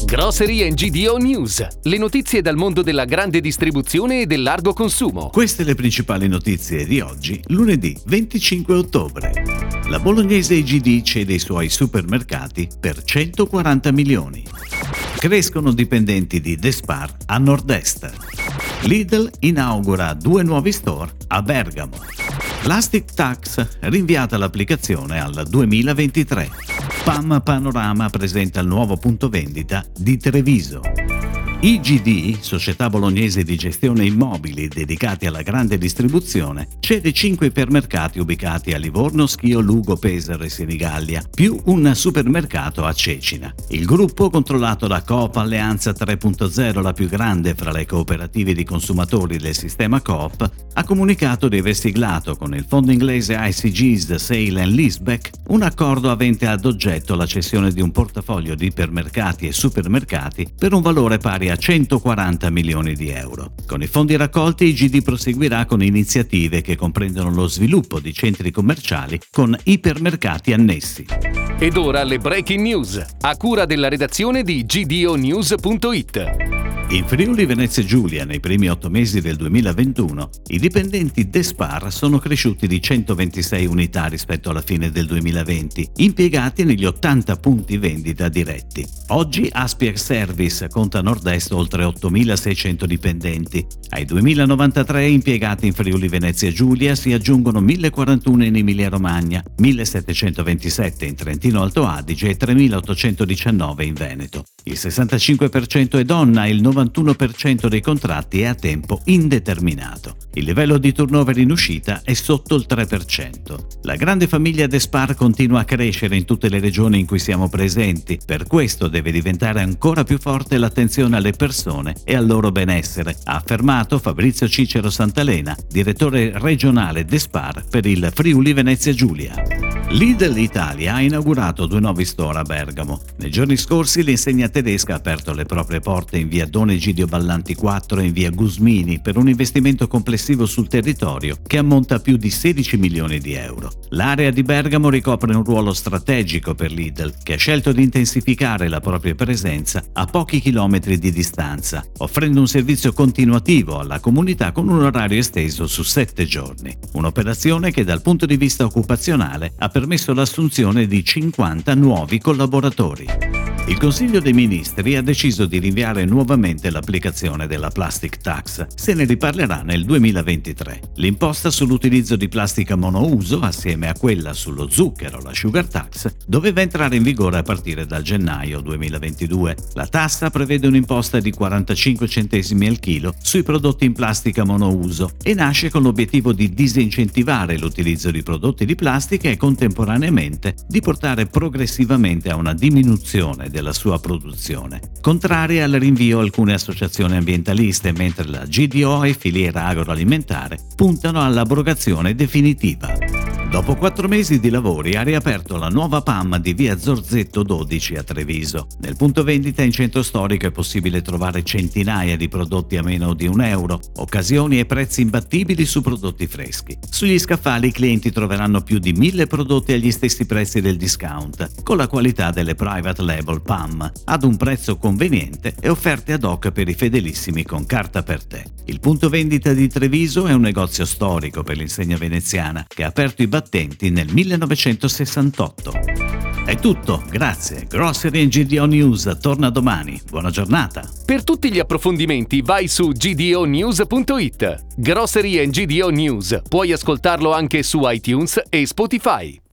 Grocery GDO News, le notizie dal mondo della grande distribuzione e del largo consumo. Queste le principali notizie di oggi, lunedì 25 ottobre. La bolognese GD cede i suoi supermercati per 140 milioni. Crescono dipendenti di Despar a nord-est. Lidl inaugura 2 nuovi store a Bergamo. Plastic Tax rinviata l'applicazione al 2023. PAM Panorama presenta il nuovo punto vendita di Treviso. IGD, società bolognese di gestione immobili dedicati alla grande distribuzione, cede 5 ipermercati ubicati a Livorno, Schio, Lugo, Pesaro e Senigallia, più un supermercato a Cecina. Il gruppo, controllato da Coop Alleanza 3.0, la più grande fra le cooperative di consumatori del sistema Coop, ha comunicato di aver siglato con il fondo inglese ICG's Sale and Leaseback un accordo avente ad oggetto la cessione di un portafoglio di ipermercati e supermercati per un valore pari a 140 milioni di euro. Con i fondi raccolti IGD proseguirà con iniziative che comprendono lo sviluppo di centri commerciali con ipermercati annessi. Ed ora le breaking news, a cura della redazione di gdonews.it. In Friuli Venezia Giulia, nei primi 8 mesi del 2021, i dipendenti Despar sono cresciuti di 126 unità rispetto alla fine del 2020, impiegati negli 80 punti vendita diretti. Oggi Aspier Service conta a nord-est oltre 8.600 dipendenti. Ai 2.093 impiegati in Friuli Venezia Giulia si aggiungono 1.041 in Emilia Romagna, 1.727 in Trentino Alto Adige e 3.819 in Veneto. Il 65% è donna e il 91% dei contratti è a tempo indeterminato. Il livello di turnover in uscita è sotto il 3%. La grande famiglia Despar continua a crescere in tutte le regioni in cui siamo presenti, per questo deve diventare ancora più forte l'attenzione alle persone e al loro benessere, ha affermato Fabrizio Cicero Santalena, direttore regionale Despar per il Friuli Venezia Giulia. Lidl Italia ha inaugurato 2 nuovi store a Bergamo. Nei giorni scorsi l'insegna tedesca ha aperto le proprie porte in via Don Egidio Ballanti 4 e in via Gusmini per un investimento complessivo sul territorio che ammonta a più di 16 milioni di euro. L'area di Bergamo ricopre un ruolo strategico per Lidl, che ha scelto di intensificare la propria presenza a pochi chilometri di distanza, offrendo un servizio continuativo alla comunità con un orario esteso su 7 giorni. Un'operazione che dal punto di vista occupazionale ha permesso l'assunzione di 50 nuovi collaboratori. Il Consiglio dei Ministri ha deciso di rinviare nuovamente l'applicazione della Plastic Tax. Se ne riparlerà nel 2023. L'imposta sull'utilizzo di plastica monouso, assieme a quella sullo zucchero, la Sugar Tax, doveva entrare in vigore a partire dal gennaio 2022. La tassa prevede un'imposta di 45 centesimi al chilo sui prodotti in plastica monouso e nasce con l'obiettivo di disincentivare l'utilizzo di prodotti di plastica e contemporaneamente di portare progressivamente a una diminuzione della sua produzione. Contrarie al rinvio alcune associazioni ambientaliste, mentre la GDO e filiera agroalimentare puntano all'abrogazione definitiva. Dopo 4 mesi di lavori ha riaperto la nuova PAM di via Zorzetto 12 a Treviso. Nel punto vendita in centro storico è possibile trovare centinaia di prodotti a meno di €1, occasioni e prezzi imbattibili su prodotti freschi. Sugli scaffali i clienti troveranno più di 1.000 prodotti agli stessi prezzi del discount, con la qualità delle private label PAM, ad un prezzo conveniente e offerte ad hoc per i fedelissimi con carta per te. Il punto vendita di Treviso è un negozio storico per l'insegna veneziana che ha aperto i battenti nel 1968. È tutto, grazie. Grocery GDO News torna domani. Buona giornata. Per tutti gli approfondimenti vai su gdonews.it. Grocery GDO News, puoi ascoltarlo anche su iTunes e Spotify.